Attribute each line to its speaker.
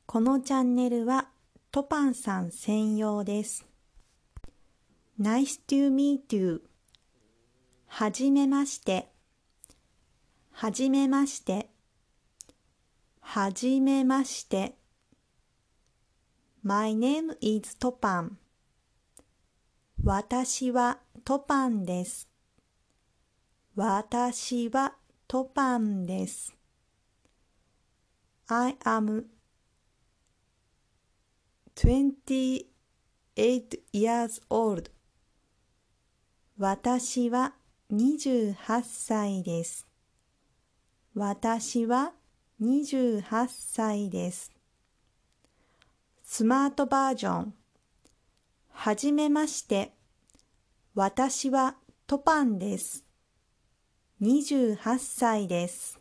Speaker 1: このチャンネルはトパンさん専用です。Nice to meet you。はじめまして。はじめまして。はじめまして。My name is トパン。私はトパンです。私はトパンです。I am 28 years old。私は28歳です。私は28歳です。スマートバージョン。はじめまして。私はトパンです。28歳です。